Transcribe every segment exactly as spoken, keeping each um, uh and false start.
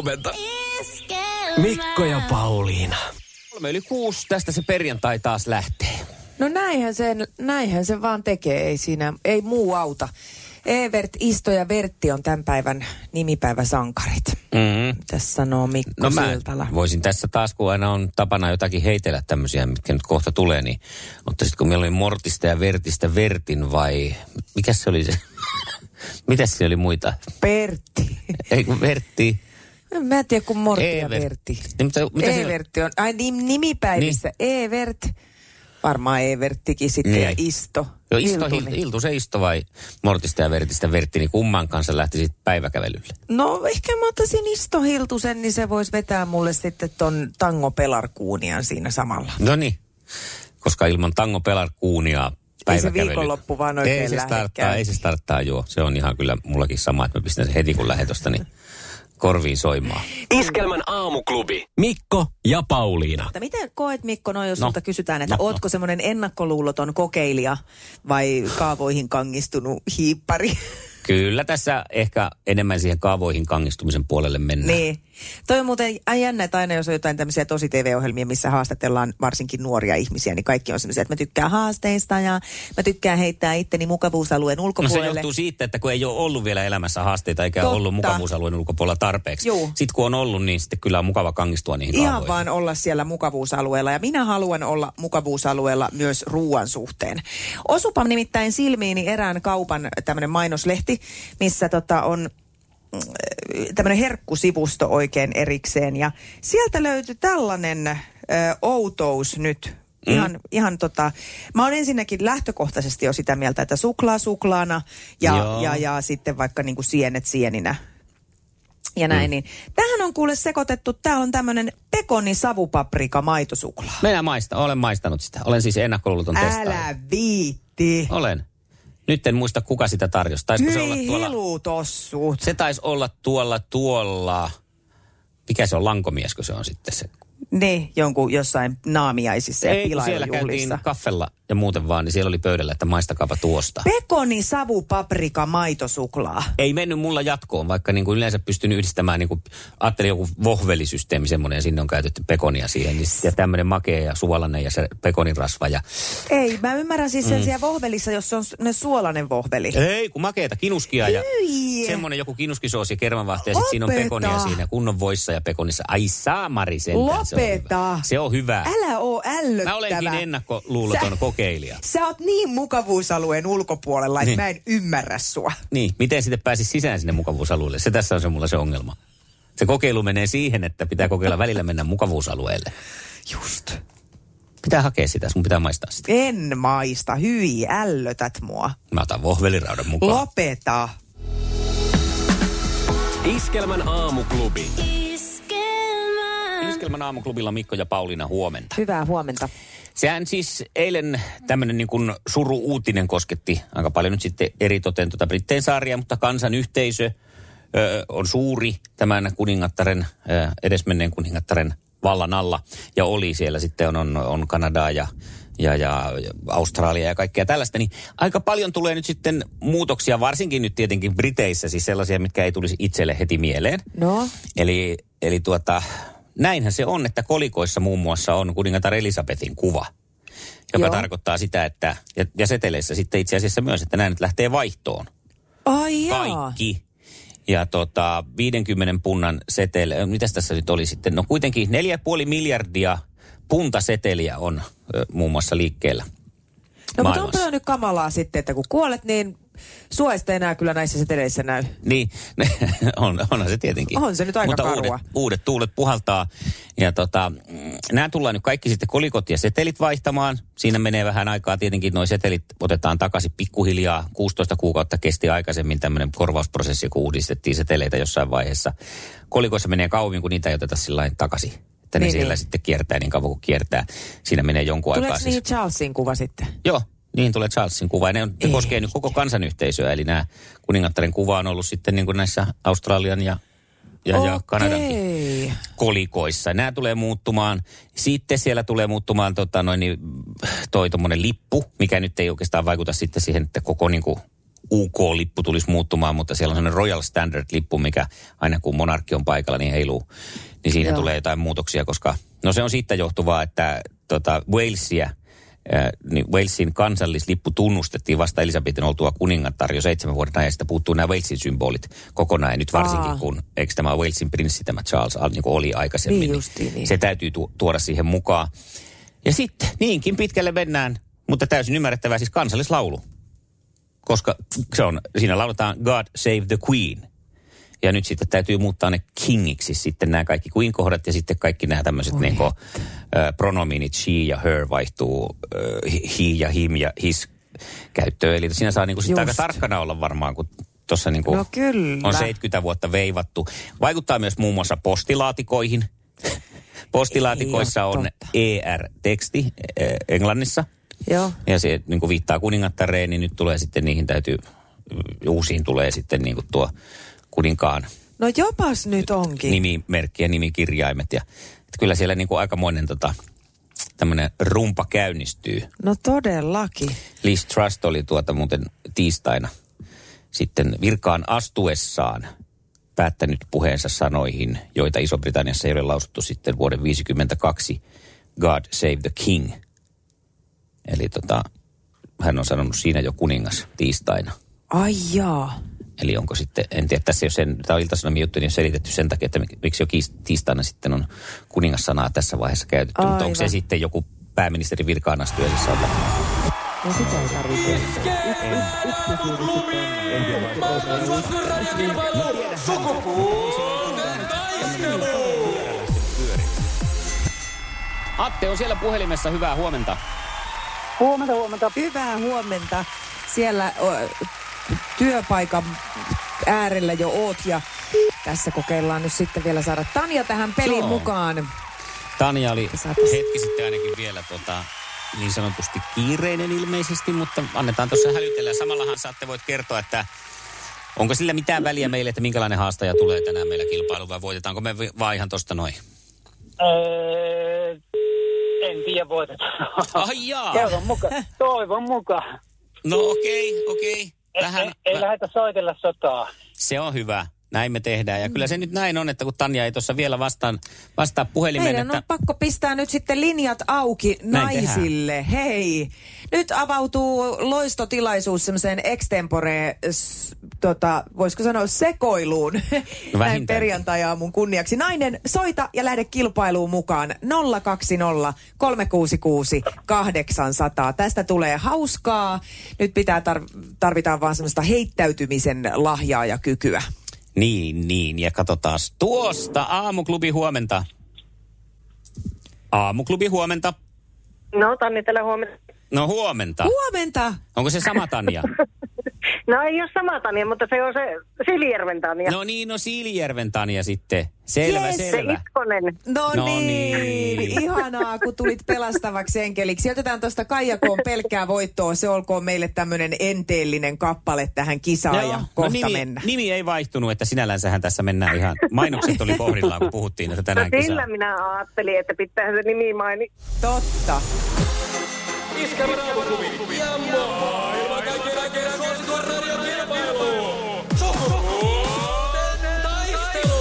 huomenta. Mikko ja Pauliina. Kolme yli kuusi, tästä se perjantai taas lähtee. No näinhän se, näinhän se vaan tekee, ei siinä, ei muu auta. Evert, Isto ja Vertti on tämän päivän nimipäiväsankarit. Mm-hmm. Tässä sanoo Mikko no Siltala. Voisin tässä taas, kun aina on tapana jotakin heitellä tämmöisiä, mitkä nyt kohta tulee, niin ottaisitko meillä oli Mortista ja Vertistä Vertin vai mikä se oli se? Mitäs se oli muita? Pertti. Ei kun Vertti. Mä en tiedä, kun Mortti ja Evert. Vertti. Niin, mitä, mitä Evertti on, ai nimipäivissä. Niin. Evert. Varmaan Everttikin sitten niin. Ja Isto. Joo, Isto, Hiltu, Hiltu se Isto vai Mortista ja Vertistä Vertti, niin kumman kanssa lähtisit päiväkävelylle? No ehkä mä ottaisin Isto Hiltusen, niin se voisi vetää mulle sitten ton Tango Pelarkuunian siinä samalla. No niin, koska ilman Tango Pelarkuuniaa päiväkävely. Ei se viikonloppu vaan oikein ei se starttaa, Ei se starttaa, joo. Se on ihan kyllä mullakin sama, että mä pistän sen heti kun lähden tosta, niin korviin soimaan. Iskelmän aamuklubi. Mikko ja Pauliina. Mutta miten koet, Mikko, no jos no. sulta kysytään, että no, ootko no. semmoinen ennakkoluuloton kokeilija vai kaavoihin kangistunut hiippari? Kyllä tässä ehkä enemmän siihen kaavoihin kangistumisen puolelle mennään. Niin. Toi on muuten jännä, että aina jos on jotain tämmöisiä tosi T V-ohjelmia, missä haastatellaan varsinkin nuoria ihmisiä, niin kaikki on semmoisia, että mä tykkään haasteista ja mä tykkään heittää itteni mukavuusalueen ulkopuolelle. No se johtuu siitä, että kun ei ole ollut vielä elämässä haasteita eikä Totta. ollut mukavuusalueen ulkopuolella tarpeeksi. Juu. Sitten kun on ollut, niin sitten kyllä on mukava kangistua niihin Ihan kaavoihin. vaan olla siellä mukavuusalueella ja minä haluan olla mukavuusalueella myös ruuan suhteen. Osupa nimittäin silmiini erään kaupan tämmöinen mainoslehti, missä tota on tämmöinen herkkusivusto oikein erikseen. Ja sieltä löytyi tällainen ö, outous nyt. Ihan, mm. ihan tota, mä oon ensinnäkin lähtökohtaisesti jo sitä mieltä, että suklaa suklaana ja, ja, ja sitten vaikka niinku sienet sieninä. Ja näin, mm. niin. Tähän on kuule sekoitettu, tää on tämmönen pekoni savupaprika maitosuklaa. Minä maistan, olen maistanut sitä. Olen siis ennakkoluuloton testaaja. Älä viitti. Olen. Nyt en muista, kuka sitä tarjosi. Taisiko se olla tuolla... hilutossut. Se taisi olla tuolla, tuolla... Mikä se on, lankomiesko se on sitten se? Ne, jonkun jossain naamiaisissa ja pilailujuhlissa. Ei, siellä käytiin kaffella ja muuten vaan, niin siellä oli pöydällä, että maistakaapa tuosta. Pekoni, savu, paprika, maitosuklaa. Ei mennyt mulla jatkoon, vaikka niin kuin yleensä pystyn yhdistämään, niin kuin ajattelin joku vohvelisysteemi semmoinen, ja sinne on käytetty pekonia siihen. Niin, ja tämmöinen makea ja suolainen ja se pekonin rasva. Ja... Ei, mä ymmärrän siis sen mm. siellä vohvelissa, jos se on ne suolainen vohveli. Ei, kun makeeta kinuskia ja Hyi. semmoinen joku kinuskisoosi ja kermavahto ja sitten siinä on pekonia siinä, kunnon voissa ja pekonissa. Ai saamari sentään, se on hyvä. Se on hyvä. Älä oo ällöttävä. Mä olenkin ennakkoluuloton Sä... kokeilija. Sä oot niin mukavuusalueen ulkopuolella, että niin. Mä en ymmärrä sua. Niin, miten sitten pääsisi sisään sinne mukavuusalueelle? Se tässä on se mulla se ongelma. Se kokeilu menee siihen, että pitää kokeilla välillä mennä mukavuusalueelle. Just. Pitää hakea sitä, mun pitää maistaa sitä. En maista, hyi, ällötät mua. Mä otan vohveliraudan mukaan. Lopeta. Iskelmän aamuklubi. Iskelmän aamuklubilla Mikko ja Pauliina, huomenta. Hyvää huomenta. Sehän siis eilen tämmöinen niin kuin suru-uutinen kosketti aika paljon nyt sitten eritoten tuota Brittein saaria, mutta kansanyhteisö ö, on suuri tämän kuningattaren, ö, edesmenneen kuningattaren vallan alla. Ja oli siellä sitten on, on, on Kanadaa ja, ja, ja Australia ja kaikkea tällaista. Niin aika paljon tulee nyt sitten muutoksia, varsinkin nyt tietenkin Briteissä, siis sellaisia, mitkä ei tulisi itselle heti mieleen. No. Eli, eli tuota... Näinhän se on, että kolikoissa muun muassa on kuningatar Elisabetin kuva, joka Joo. tarkoittaa sitä, että, ja, ja seteleissä sitten itse asiassa myös, että nämä nyt lähtee vaihtoon. Ai Kaikki. Ja tota, viidenkymmenen punnan seteli, mitäs tässä nyt oli sitten? No kuitenkin neljä pilkku viisi miljardia puntaseteliä on ö, muun muassa liikkeellä. No mutta onpa nyt kamalaa sitten, että kun kuolet, niin sua ei enää kyllä näissä seteleissä näy. Niin, on, onhan se tietenkin. On se nyt aika Mutta karua. Uudet, uudet tuulet puhaltaa. Ja tota, nämä tullaan nyt kaikki sitten kolikot ja setelit vaihtamaan. Siinä menee vähän aikaa tietenkin, nuo setelit otetaan takaisin pikkuhiljaa. kuusitoista kuukautta kesti aikaisemmin tämmöinen korvausprosessi, kun uudistettiin seteleitä jossain vaiheessa. Kolikoissa menee kauemmin, kun niitä ei oteta sillä takaisin. Että ne niin, siellä niin. sitten kiertää niin kauan kuin kiertää. Siinä menee jonkun Tuleeko aikaa. Tuleeko niihin siis... Charlesin kuva sitten? Joo. Niihin tulee Charlesin kuva. Ja ne, ne koskee nyt koko kansanyhteisöä. Eli nämä kuningattaren kuva on ollut sitten niin kuin näissä Australian ja, ja, ja Kanadankin kolikoissa. Nämä tulee muuttumaan. Sitten siellä tulee muuttumaan tota, noin, toi tommonen lippu, mikä nyt ei oikeastaan vaikuta sitten siihen, että koko niin kuin U K-lippu tulisi muuttumaan, mutta siellä on sellainen Royal Standard-lippu, mikä aina kun monarkki on paikalla, niin heiluu. Niin siinä Joo. tulee jotain muutoksia, koska no se on siitä johtuvaa, että tota, Walesia, äh, niin Walesin kansallislippu tunnustettiin vasta Elisabetin oltua kuningatar jo seitsemän vuoden ajan. Sitä puuttuu nämä Walesin symbolit kokonaan. Ja nyt varsinkin, Aa. kun eikö tämä Walesin prinssi, tämä Charles, niin kuin oli aikaisemmin, niin, justiin, niin se täytyy tu- tuoda siihen mukaan. Ja sitten niinkin pitkälle mennään, mutta täysin ymmärrettävää siis kansallislaulu. Koska se on, siinä lauletaan God Save the Queen. Ja nyt sitten täytyy muuttaa ne kingiksi sitten nämä kaikki queen-kohdat ja sitten kaikki nämä tämmöiset niin kuin, äh, pronominit she ja her vaihtuu äh, he ja him ja his käyttöön. Eli siinä saa niin kuin sitten aika tarkkana olla varmaan, kun tuossa niin kuin no kyllä. on seitsemänkymmentä vuotta veivattu. Vaikuttaa myös muun muassa postilaatikoihin. Postilaatikoissa on E R-teksti äh, englannissa. Joo. Ja se niin kuin viittaa kuningattareen, niin nyt tulee sitten niihin täytyy, uusiin tulee sitten niin kuin tuo kuninkaan. No jopas nyt onkin. Nimimerkki ja nimikirjaimet. Ja, että kyllä siellä niin kuin aikamoinen tota, tämmöinen rumpa käynnistyy. No todellakin. Liz Truss oli tuota muuten tiistaina sitten virkaan astuessaan päättänyt puheensa sanoihin, joita Iso-Britanniassa ei ole lausuttu sitten vuoden viisikymmentäkaksi God Save the King. Eli tota, hän on sanonut siinä jo kuningas tiistaina. Ai jaa. Eli onko sitten, en tiedä, tässä ei ole sen, tämä on Ilta-Sanomien juttu, niin on selitetty sen takia, että miksi jo tiistaina sitten on kuningassanaa tässä vaiheessa käytetty. Aivan. Mutta onko se sitten joku pääministerin virkaan astuessa on vähän? No sitä ei tarvitse. Atte on siellä puhelimessa, hyvää huomenta. Huomenta, huomenta. Hyvää huomenta. Siellä o, työpaikan äärellä jo oot ja tässä kokeillaan nyt sitten vielä saada Tanja tähän peliin Joo. mukaan. Tanja oli hetki sitten ainakin vielä tota, niin sanotusti kiireinen ilmeisesti, mutta annetaan tuossa hälytellä. Samallahan saatte voit kertoa, että onko sillä mitään väliä meille, että minkälainen haastaja tulee tänään meillä kilpailuun vai voitetaanko me vaan ihan tosta noin? Öö, en tiedä voitetaan. Ai jaa. Toivon mukaan. Toivon mukaan. No okei, okay, okei. Okay. Vähän... Ei, ei lähdetä soitella sotaa. Se on hyvä. Näin me tehdään. Ja kyllä se nyt näin on, että kun Tanja ei tuossa vielä vastaan, vastaa puhelimeen. Meidän että... on pakko pistää nyt sitten linjat auki näin naisille. Tehdään. Hei, nyt avautuu loistotilaisuus semmoiseen extempore, tota, voisiko sanoa sekoiluun. No näin perjantai-aamun kunniaksi. Nainen, soita ja lähde kilpailuun mukaan. nolla kaksi nolla kolme kuusi kuusi kahdeksan nolla nolla. Tästä tulee hauskaa. Nyt pitää tar- tarvitaan vaan semmoista heittäytymisen lahjaa ja kykyä. Niin, niin. Ja katsotaan tuosta. Aamuklubi, huomenta. Aamuklubi, huomenta. No, Tanni, tällä huomenta. No, huomenta. Huomenta. Onko se sama Tanja? No, ei ole sama Tanja, mutta se on se Siilijärven Tanja. No niin, no Siilijärven Tanja sitten. Selvä, yes, selvä. Se Itkonen. No, no niin. niin, ihanaa, kun tulit pelastavaksi enkeliksi. Otetaan tuosta Kaijakoon pelkkää voittoa. Se olkoon meille tämmöinen enteellinen kappale tähän kisaan no, ja kohta no, nimi, mennä. Nimi ei vaihtunut, että sinällänsähän tässä mennään ihan. Mainokset oli kohdillaan, kun puhuttiin, että tänään no, kisaa. Sillä minä ajattelin, että pitää se nimi maini. Totta. Iskävä Raamuklubi ja maailman kaikkien aikeen suosituen radiokilpailu. Sukupuolten taistelu.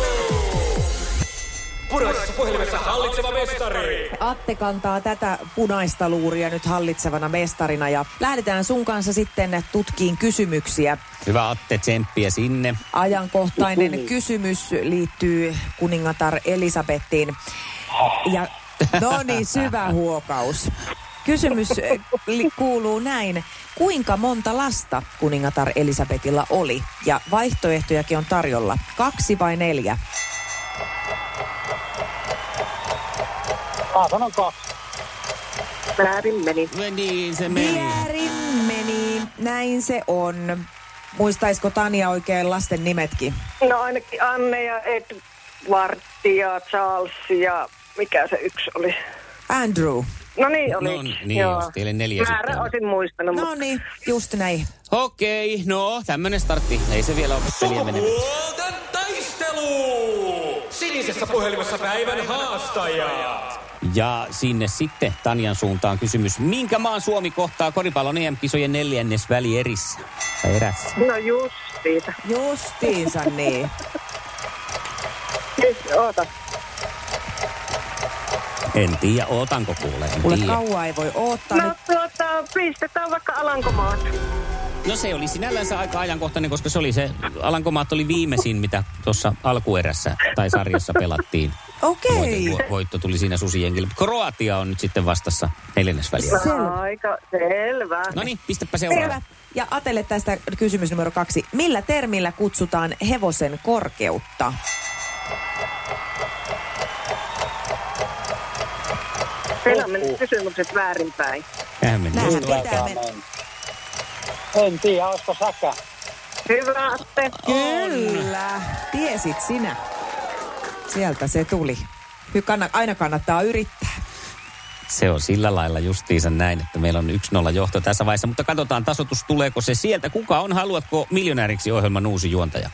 Punaisessa puhelimessa hallitseva mestari. Atte kantaa tätä punaista luuria nyt hallitsevana mestarina ja lähdetään sun kanssa sitten tutkiin kysymyksiä. Hyvä Atte, tsemppiä sinne. Ajankohtainen kysymys liittyy kuningatar Elisabettiin. Ja no niin, syvä huokaus. Kysymys kuuluu näin. Kuinka monta lasta kuningatar Elisabetilla oli? Ja vaihtoehtojakin on tarjolla. Kaksi vai neljä? Mä sanon kaksi. Väärin meni. Niin se meni. Väärin meni. Näin se on. Muistaisiko Tanja oikein lasten nimetkin? No ainakin Anne ja Edward ja Charles ja mikä se yksi oli? Andrew. No niin oli. No niin, joo. Teille neljä Määrä sitten. olisin muistanut. No mutta... niin, just näin. Okei, no tämmönen startti. Ei se vielä ole peliä menemään. Sukupuolten taistelu! Sinisessä puhelimessa päivän haastaja. Ja sinne sitten Tanjan suuntaan kysymys. Minkä maan Suomi kohtaa koripallon E M-kisojen neljännes välierissä? Tai erässä? No justiinsa. Justiinsa niin. Nyt, oota. En tiedä, ootanko kuule, en Kuule tiedä. kauaa ei voi oottaa No nyt. tuota, pistetään vaikka Alankomaat. No se oli sinällänsä aika ajankohtainen, koska se oli se, Alankomaat oli viimeisin, mitä tuossa alkuerässä tai sarjassa pelattiin. Okei. Voitto, voitto tuli siinä susijengille. Kroatia on nyt sitten vastassa neljännesväliä. Selvä. Aika selvä. No niin, pistäpä seuraava. Selvä. Ja Atelle tästä kysymys numero kaksi. Millä termillä kutsutaan hevosen korkeutta? Teillä on mennyt kysymykset väärinpäin. Eihän mennä. Nämähän Just pitää me... En tiedä, olisiko säkä. Hyvä, Atte. Kyllä. Tiesit sinä. Sieltä se tuli. Kyllä kanna, aina kannattaa yrittää. Se on sillä lailla justiinsa näin, että meillä on yksi nolla johto tässä vaiheessa. Mutta katsotaan tasoitus, tuleeko se sieltä. Kuka on, haluatko miljonääriksi ohjelman uusi juontaja?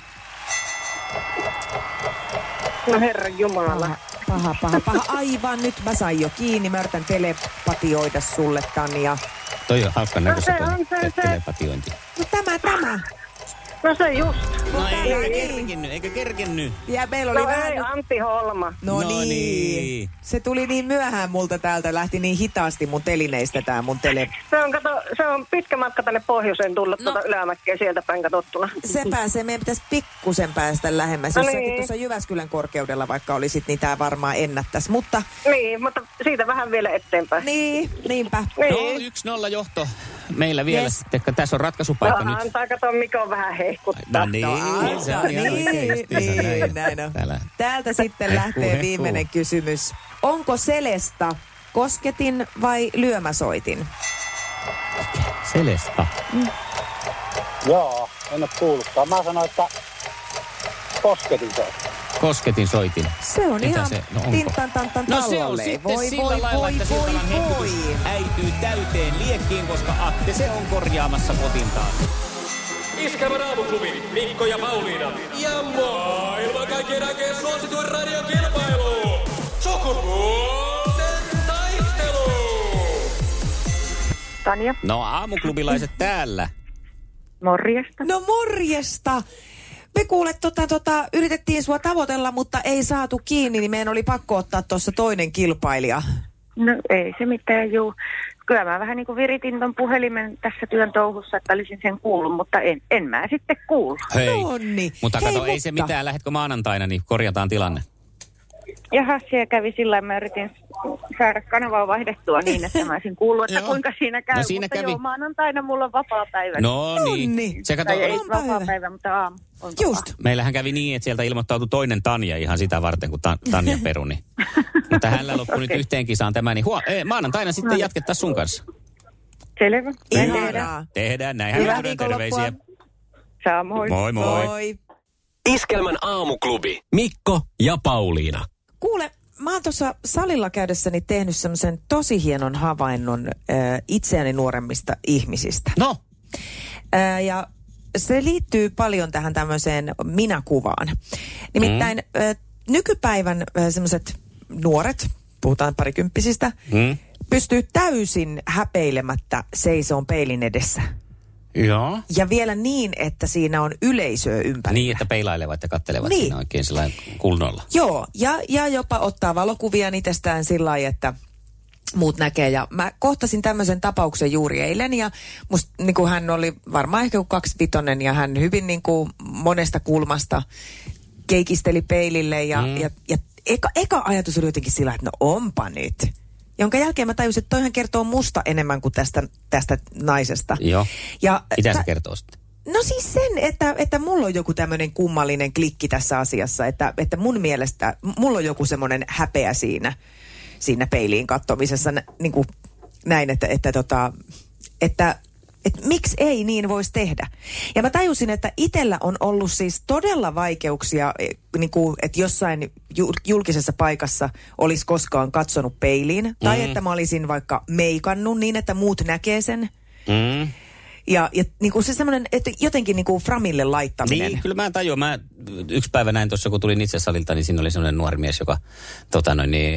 No herran jumala. Paha, paha, paha. Aivan, nyt mä sain jo kiinni. Mä yritän telepatioida sulle, Tanja. Toi on hauskan näköistä se toi on se, se. telepatiointi. No tämä, tämä. No se just. No ei, eikö ei. kerkennyt, eikö kerkennyt? Ja meillä oli No vähän... ei, Antti Holma. No, No niin. niin. Se tuli niin myöhään multa täältä. Lähti niin hitaasti mun telineistä tää mun tele... Se on, kato, se on pitkä matka tänne pohjoiseen tulla No. tuota ylämäkkeä sieltä päin katsottuna. Se pääsee, meidän pitäisi pikkusen päästä lähemmäs. No Jos niin. säkin tuossa Jyväskylän korkeudella vaikka olisit, niin tää varmaan ennättäisi. Mutta Niin, mutta siitä vähän vielä eteenpäin. niin, niinpä. No Niin. yksi nolla johto meillä vielä Yes. sitten, kun tässä on ratkaisupaikka No, nyt. antaa kato, mikä on vähän hehkuttaa. No niin, No, se on ihan niin, oikein justiinsa niin, näin on. Täällä. Täältä sitten Hehkuu, lähtee hehkuu. viimeinen kysymys. Onko Selesta kosketin vai lyömäsoitin? Selesta. Joo, en ole kuullutkaan. Mä sanoin, että kosketin se. Kosketin soitin. Se on Mitä ihan se- no onko? tintan tantan No se on tallolle. sitten Voi, sillä voi, lailla, voi, että voi, Siltalan hehkutus voi. äityy täyteen liekkiin, koska Atte se on korjaamassa potin taas. Iskävän aamuklubi, Mikko ja Pauliina. Ja maailman kaikkien aikeen suosituen radiokilpailu. Sukupuolten taistelu. Tanja, No aamuklubilaiset täällä. morjesta. No morjesta! Me kuule, tota, tota, yritettiin sua tavoitella, mutta ei saatu kiinni, niin meidän oli pakko ottaa tuossa toinen kilpailija. No ei se mitään, juu. Kyllä mä vähän niin kuin viritin ton puhelimen tässä työn touhussa, että olisin sen kuullut, mutta en, en mä sitten kuullut. Hei. Nonni. Mutta Hei, kato, ei se mutta- mitään. Lähdetkö maanantaina, niin korjataan tilanne. Ja siellä kävi sillä lailla, mä yritin saada kanavaa vaihdettua niin, että mä olisin kuullut, että Joo. kuinka siinä käy. No siinä mutta kävi. joo, maanantaina mulla on vapaa päivä. No niin. Nonni. Se kato, Tai ei onpa vapaa hyvä. päivä, mutta aamu on Just. meillähän kävi niin, että sieltä ilmoittautui toinen Tanja ihan sitä varten, kun ta- Tanja peruni. Mutta hänellä loppui nyt yhteen kisaan tämä, niin huo- ei, maanantaina sitten niin. jatkettaisiin sun kanssa. Selvä. Näin tehdään. Ihanaa. Tehdään näin. Hyvää Hyvää terveisiä. viikonloppua. Samoin. Moi moi. Moi. Iskelmän aamuklubi, Mikko ja Pauliina. Kuule, mä oon tuossa salilla käydessäni tehnyt semmoisen tosi hienon havainnon äh, itseäni nuoremmista ihmisistä. No, Äh, ja se liittyy paljon tähän tämmöiseen minäkuvaan. Nimittäin mm. äh, nykypäivän äh, semmoiset nuoret, puhutaan parikymppisistä, mm. pystyy täysin häpeilemättä seisoon peilin edessä. joo. Ja vielä niin, että siinä on yleisöä ympärillä. Niin, että peilailevat ja kattelevat Niin. siinä oikein sellainen kunnolla. Joo, ja, ja jopa ottaa valokuvia itsestään sillä lailla, että muut näkee. Ja mä kohtasin tämmöisen tapauksen juuri eilen ja musta niin kuin hän oli varmaan ehkä kaksivitonen ja hän hyvin niin kuin monesta kulmasta keikisteli peilille ja, Mm. ja, ja eka, eka ajatus oli jotenkin sillä, että no onpa nyt. Jonka jälkeen mä tajusin, että toihan kertoo musta enemmän kuin tästä, tästä naisesta. Joo. Ja, Mitä se tä- kertoo sitten? No siis sen, että, että mulla on joku tämmöinen kummallinen klikki tässä asiassa, että, että mun mielestä mulla on joku semmoinen häpeä siinä, siinä peiliin kattomisessa, nä- niin kuin näin, että, että, tota, että, että miksi ei niin voisi tehdä. Ja mä tajusin, että itsellä on ollut siis todella vaikeuksia, eh, niin kuin, että jossain ju- julkisessa paikassa olisi koskaan katsonut peiliin, tai Mm. että mä olisin vaikka meikannut niin, että muut näkee sen. Mm. Ja, ja niin kuin se semmoinen, että jotenkin niin kuin framille laittaminen. Niin, kyllä mä tajuan. Mä yksi päivä näin tuossa, kun tulin itse salilta, niin siinä oli semmoinen nuori mies, joka tota noin, niin,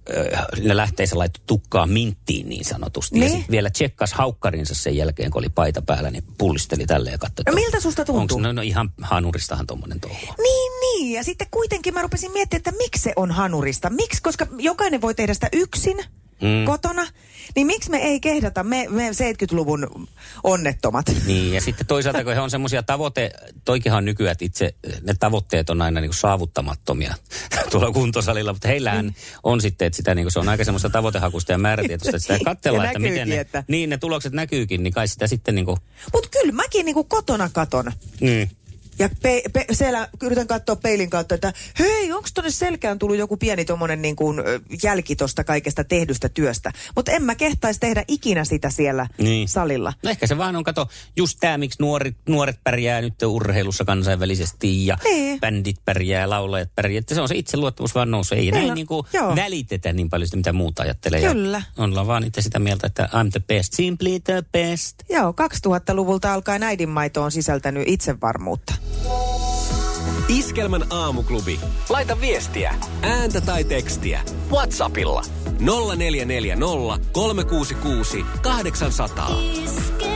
ne lähteensä laittoi tukkaa minttiin niin sanotusti. Niin? Ja sitten vielä tsekkas haukkarinsa sen jälkeen, kun oli paita päällä, niin pullisteli tälleen ja katsoi. No miltä susta tuntuu? Onko, no, no ihan hanuristahan tommonen touhu. Niin, niin. Ja sitten kuitenkin mä rupesin miettimään, että miksi se on hanurista. Miksi? Koska jokainen voi tehdä sitä yksin mm. kotona. Niin miksi me ei kehdata, me, me seitsemänkymmentäluvun onnettomat? Niin, ja sitten toisaalta, kun he on semmoisia tavoite, toikinhan on nykyään, että itse ne tavoitteet on aina niin kuin saavuttamattomia tuolla kuntosalilla, mutta heillähän mm. on sitten, että sitä, niin kuin se on aika semmoista tavoitehakusta ja määrätietoista, että sitä katsellaan, että miten ne, että... niin ne tulokset näkyykin, niin kai sitä sitten niin kuin... Mutta kyllä mäkin niin kuin kotona katon. Mm. Ja pe, pe, siellä yritän katsoa peilin kautta, että hei, onko tuonne selkään tullut joku pieni tommonen niin kuin jälki tosta kaikesta tehdystä työstä. Mutta en mä kehtaisi tehdä ikinä sitä siellä niin. salilla. No ehkä se vaan on, kato, just tämä, miksi nuoret, nuoret pärjää nyt urheilussa kansainvälisesti ja niin. bändit pärjää, laulajat pärjää. Että se on se itseluottamus vaan nousu. Ei näin niin kuin välitetä niin paljon sitä, mitä muuta ajattelee. Kyllä. Ja ollaan vaan itse sitä mieltä, että I'm the best, simply the best. Joo, kaksituhattaluvulta alkaen äidinmaito on sisältänyt itsevarmuutta. Iskelmän aamuklubi. Laita viestiä, ääntä tai tekstiä. WhatsAppilla nolla neljä neljä nolla kolme kuusi kuusi kahdeksan nolla nolla.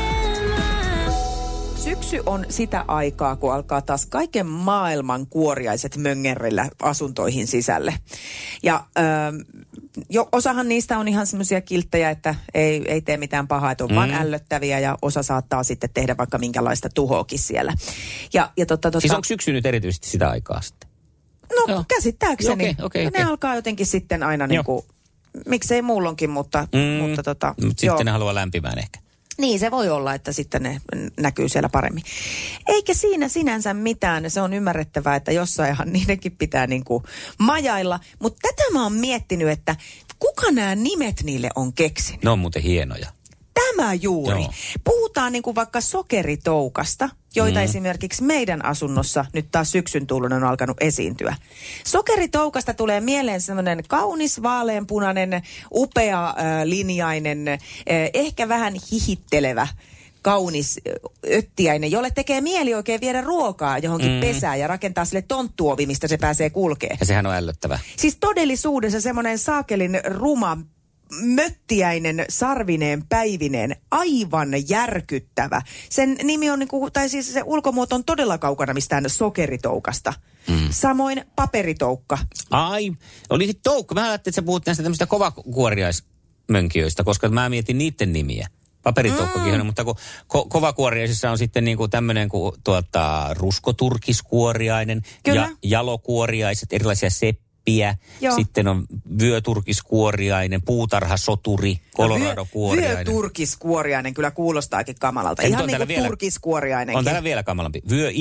Syksy on sitä aikaa, kun alkaa taas kaiken maailman kuoriaiset möngerrillä asuntoihin sisälle. Ja ähm, jo, osahan niistä on ihan semmoisia kilttejä, että ei, ei tee mitään pahaa, että on mm. vaan ällöttäviä ja osa saattaa sitten tehdä vaikka minkälaista tuhoakin siellä. Ja, ja totta, totta, siis onko syksy nyt erityisesti sitä aikaa sitten? No Joo. käsittääkseni. Okay, okay, ja okay. ne alkaa jotenkin sitten aina niin kuin, miksei muulloinkin, mutta, mm. mutta tota. Mut sitten ne haluaa lämpimään ehkä. Niin, se voi olla, että sitten ne näkyy siellä paremmin. Eikä siinä sinänsä mitään. Se on ymmärrettävää, että jossainhan niidenkin pitää niin kuin majailla. Mutta tätä mä oon miettinyt, että kuka nämä nimet niille on keksinyt? Ne on muuten hienoja. Tämä juuri. Joo. Puhutaan niin kuin vaikka sokeritoukasta, joita mm. esimerkiksi meidän asunnossa nyt taas syksyn tullut on alkanut esiintyä. Sokeritoukasta tulee mieleen semmoinen kaunis, vaaleanpunainen, upea, äh, linjainen, äh, ehkä vähän hihittelevä, kaunis äh, öttiäinen, jolle tekee mieli oikein viedä ruokaa johonkin mm. pesään ja rakentaa sille tonttuovi, mistä se pääsee kulkeen. Ja sehän on ällöttävä. Siis todellisuudessa semmoinen saakelin ruma, möttiäinen, sarvineen, päivineen, aivan järkyttävä. Sen nimi on, niinku, tai siis se ulkomuoto on todella kaukana mistään sokeritoukasta. Mm. Samoin paperitoukka. Ai, oli sitten toukka. Mä ajattelin, että sä puhut näistä tämmöistä kovakuoriaismönkijöistä, koska mä mietin niiden nimiä. Paperitoukkakin, mm. mutta kun ko- kovakuoriaisissa on sitten niinku tämmöinen kuin tuota, ruskoturkiskuoriainen ja jalokuoriaiset, erilaisia seppiä. Joo. Sitten on vyöturkiskuoriainen, puutarhasoturi, koloradokuoriainen. Vyö, vyöturkiskuoriainen kyllä kuulostaakin kamalalta. En ihan niin kuin vielä, turkiskuoriainenkin. On täällä vielä kamalampi.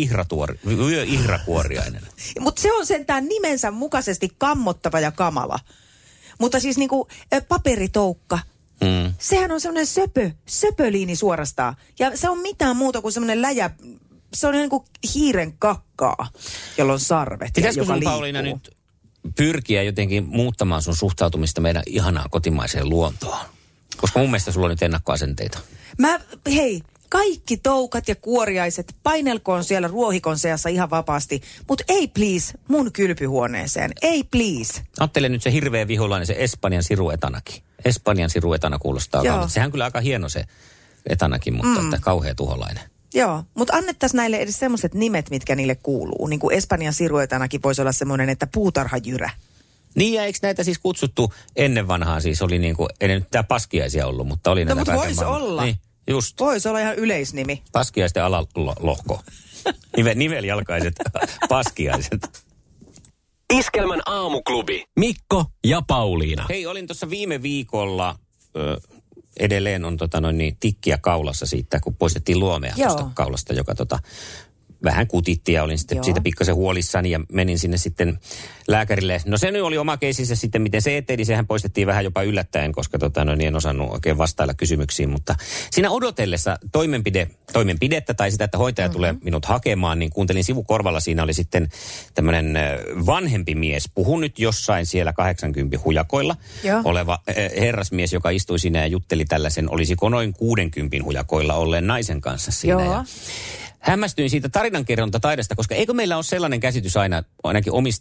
Vyöihrakuoriainen. Mutta se on sentään nimensä mukaisesti kammottava ja kamala. Mutta siis niin kuin paperitoukka. Mm. Sehän on semmoinen söpö, söpöliini suorastaan. Ja se on mitään muuta kuin semmoinen läjä. Se on niin kuin hiiren kakkaa, jolla on sarvet. Pitäisikö sun, Pauliina, nyt pyrkiä jotenkin muuttamaan sun suhtautumista meidän ihanaan kotimaiseen luontoon? Koska mun mielestä sulla on nyt ennakkoasenteita. Mä, hei, kaikki toukat ja kuoriaiset painelkoon siellä ruohikon seassa ihan vapaasti. Mutta ei please mun kylpyhuoneeseen. Ei please. Ajattele nyt se hirveä viholainen, se Espanjan siruetanakin. Espanjan siruetana kuulostaa kauan. Sehän on kyllä aika hieno se etanakin, mutta mm. että kauhea tuholainen. Joo, mutta annettaisiin näille edes semmoiset nimet, mitkä niille kuuluu. Niin kuin Espanjan siruetanakin voisi olla semmoinen, että puutarhajyrä. Niin, ja eikö näitä siis kutsuttu ennen vanhaan siis oli niin kuin, ei nyt tää paskiaisia ollut, mutta oli no, näitä. No, mutta voisi olla. Niin, just. Voisi olla ihan yleisnimi. Paskiaisten alalohko. Nive, niveljalkaiset paskiaiset. Iskelmän aamuklubi. Mikko ja Pauliina. Hei, olin tuossa viime viikolla... Ö, edelleen on tota noin niin, tikkiä kaulassa siitä, kun poistettiin luomea tuosta kaulasta, joka tota, vähän kutitti ja olin sitten Joo. siitä pikkasen huolissani ja menin sinne sitten lääkärille. No se nyt oli oma keisinsä sitten, miten se eteni. Sehän poistettiin vähän jopa yllättäen, koska tota, no, niin en osannut oikein vastailla kysymyksiin. Mutta siinä odotellessa toimenpide, toimenpidettä tai sitä, että hoitaja mm-hmm. tulee minut hakemaan, niin kuuntelin sivukorvalla. Siinä oli sitten tämmöinen vanhempi mies. Puhun nyt jossain siellä kahdeksankymmentä hujakoilla Joo. oleva eh, herrasmies, joka istui siinä ja jutteli tällaisen, olisiko noin kuudenkymmenen hujakoilla olleen naisen kanssa siinä. Joo. Ja hämmästyin siitä tarinankerrontataidosta, koska eikö meillä ole sellainen käsitys aina, ainakin omista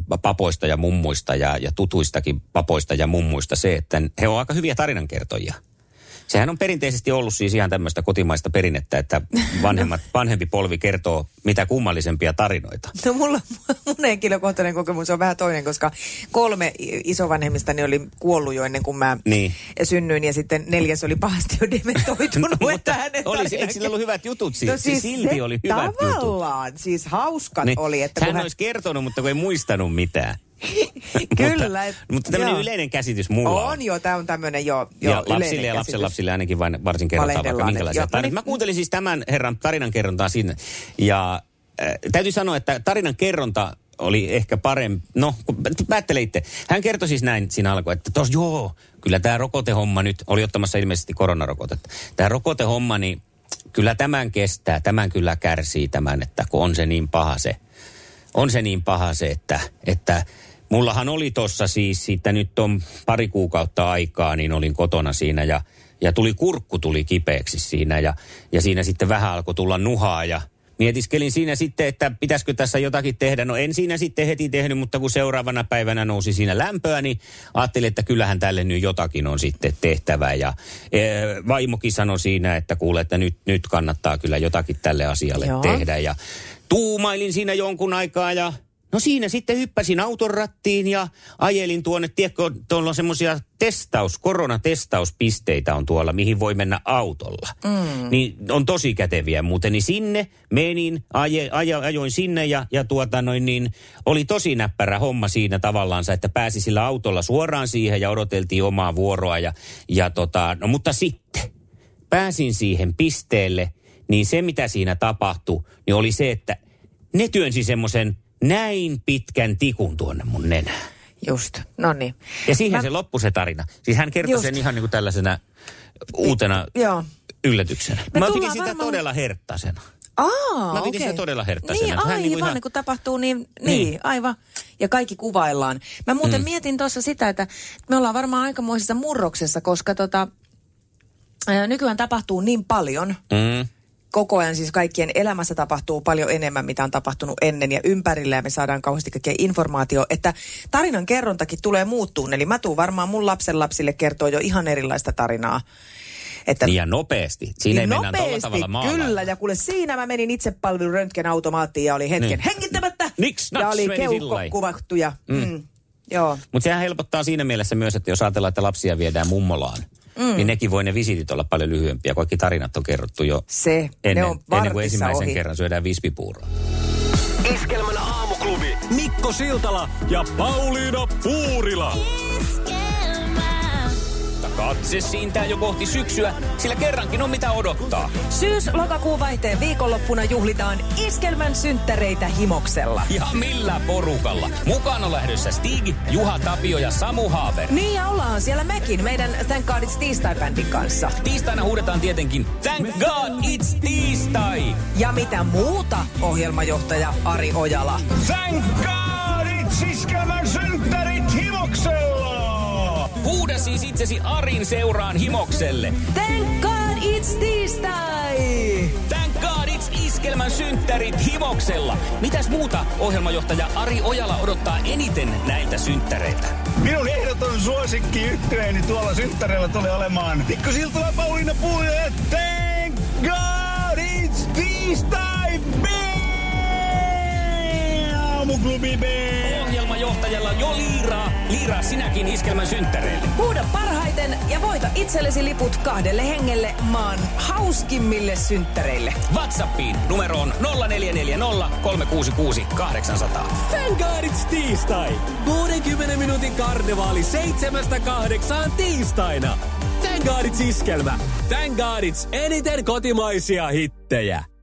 papoista ja mummuista ja, ja tutuistakin papoista ja mummuista se, että he ovat aika hyviä tarinankertojia. Sehän on perinteisesti ollut siis ihan tämmöistä kotimaista perinnettä, että vanhemmat, vanhempi polvi kertoo mitä kummallisempia tarinoita. No mulla, mun henkilökohtainen kokemus on vähän toinen, koska kolme isovanhemmistani oli kuollut jo ennen kuin mä niin. synnyin ja sitten neljäs oli pahasti jo dementoitunut. Mutta oli, eikö sillä ollut hyvät jutut? Siis, no siis silti oli hyvät jutut. Tavallaan, siis hauskat niin, oli. Että hän hän olisi kertonut, mutta kun ei muistanut mitään. Kyllä. mutta, mutta tämmöinen yleinen käsitys mulla on. On jo, tämä on tämmöinen jo, jo ja lapsille ja lapsenlapsille ainakin vain, varsin kerrotaan vaikka minkälaisia tarinoita. Mä kuuntelin siis tämän herran tarinankerrontaa sinne. Ja äh, täytyy sanoa, että tarinankerronta oli ehkä parempi. No, päättele itse. Hän kertoi siis näin siinä alkuun, että tos joo, kyllä tämä rokotehomma nyt, oli ottamassa ilmeisesti koronarokotetta. Tämä rokotehomma, niin kyllä tämän kestää, tämän kyllä kärsii tämän, että kun on se niin paha se. On se niin paha se, että, että mullahan oli tossa siis, siitä nyt on pari kuukautta aikaa, niin olin kotona siinä ja, ja tuli kurkku tuli kipeäksi siinä ja, ja siinä sitten vähän alkoi tulla nuhaa ja mietiskelin siinä sitten, että pitäisikö tässä jotakin tehdä. No en siinä sitten heti tehnyt, mutta kun seuraavana päivänä nousi siinä lämpöä, niin ajattelin, että kyllähän tälle nyt jotakin on sitten tehtävä. Ja e, vaimokin sanoi siinä, että kuule, että nyt, nyt kannattaa kyllä jotakin tälle asialle Joo. tehdä. Ja tuumailin siinä jonkun aikaa ja no siinä sitten hyppäsin auton rattiin ja ajelin tuonne, tiedätkö, tuolla on semmoisia testaus, koronatestauspisteitä on tuolla, mihin voi mennä autolla. Mm. Niin on tosi käteviä muuten, niin sinne menin, aje, ajo, ajoin sinne ja, ja tuota noin niin, oli tosi näppärä homma siinä tavallaansa, että pääsi sillä autolla suoraan siihen ja odoteltiin omaa vuoroa ja, ja tota, no mutta sitten pääsin siihen pisteelle, niin se mitä siinä tapahtui, niin oli se, että ne työnsi semmoisen näin pitkän tikun tuonne mun nenään. Just, no niin. Ja siihen Mä... se loppui se tarina. Siis hän kertoi Just. sen ihan niin kuin tällaisena uutena Joo. yllätyksenä. Me Mä pidin sitä varmaan... todella herttasena. Aa, Mä pidin okay. sitä todella herttasena. Niin, aivan, niin ihan... kun tapahtuu, niin, niin, niin, aivan. Ja kaikki kuvaillaan. Mä muuten mm. mietin tuossa sitä, että me ollaan varmaan aikamoisessa murroksessa, koska tota, ää, nykyään tapahtuu niin paljon. Mm. Koko ajan siis kaikkien elämässä tapahtuu paljon enemmän, mitä on tapahtunut ennen ja ympärillä. Ja me saadaan kauheasti kaikkea informaatiota, että tarinan kerrontakin tulee muuttuun. Eli mä tuun varmaan mun lapsen lapsille kertoo jo ihan erilaista tarinaa. Että niin ja nopeasti. Siinä niin ei mennään tuolla tavalla maalailla. Kyllä, ja kuule siinä mä menin itsepalvelun röntgenautomaattiin ja oli hetken niin. hengittämättä. Niks, naks, ja oli keuhko kuvattu ja mm. Mm, joo. Mutta sehän helpottaa siinä mielessä myös, että jos ajatellaan, että lapsia viedään mummolaan. Mm. Niin nekin voi ne visitit olla paljon lyhyempiä. Kaikki tarinat on kerrottu jo Se, ennen, on ennen kuin ensimmäisen ohi. kerran syödään vispipuuroa. Iskelmän aamuklubi Mikko Siltala ja Pauliina Puurila. Katse siintää jo kohti syksyä, sillä kerrankin on mitä odottaa. Syys-lokakuun vaihteen viikonloppuna juhlitaan Iskelmän synttäreitä Himoksella. Ja millä porukalla? Mukaan on lähdössä Stig, Juha Tapio ja Samu Haaber. Niin ja ollaan siellä mekin meidän Thank God It's Tiistai-bändin kanssa. Tiistaina huudetaan tietenkin Thank God It's Tiistai. Ja mitä muuta, ohjelmajohtaja Ari Ojala. Thank God It's Iskelmän synttärit Himoksella. Huuda siis itsesi Arin seuraan Himokselle. Thank God it's tiistai! Thank God it's Iskelmän synttärit Himoksella. Mitäs muuta ohjelmajohtaja Ari Ojala odottaa eniten näiltä synttäreiltä? Minun ehdoton suosikki yhtyeeni tuolla synttäreillä tulee olemaan Mikko Siltala, Pauliina Puurila. Thank God it's tiistai! Aamuklubi B! Ohjelmajohtajalla jo liiraa. Liiraa sinäkin Iskelmän synttäreille. Huuda parhaiten ja voita itsellesi liput kahdelle hengelle maan hauskimmille synttäreille. WhatsAppiin numeroon nolla neljä neljä nolla kolme kuusi kuusi kahdeksan nolla nolla. Thank God it's tiistai! kuudenkymmenen minuutin karnevaali seitsemästä kahdeksaan tiistaina. Thank God it's Iskelmä. Thank God it's eniten kotimaisia hittejä.